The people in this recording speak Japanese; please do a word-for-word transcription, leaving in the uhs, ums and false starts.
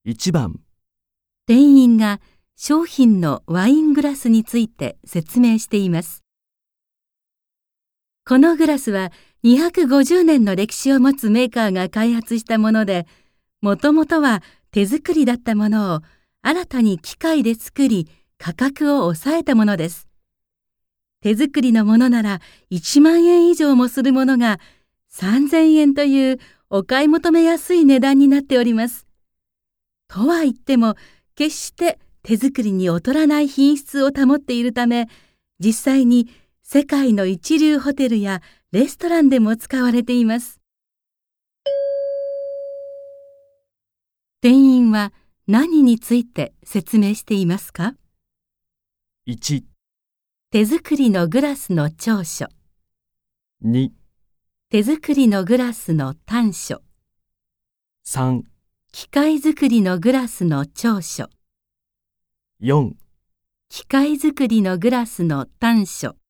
いちばん、 店員が商品のワイングラスについて説明しています。このグラスはにひゃくごじゅうねんの歴史を持つメーカーが開発したもので、もともとは手作りだったものを新たに機械で作り、価格を抑えたものです。手作りのものならいちまんえん以上もするものがさんぜんえんというお買い求めやすい値段になっております。とは言っても、決して手作りに劣らない品質を保っているため、実際に世界の一流ホテルやレストランでも使われています。店員は何について説明していますか？ いち、 手作りのグラスの長所。 に、 手作りのグラスの短所。 さん、 機械作りのグラスの長所。 よん、 機械作りのグラスの短所。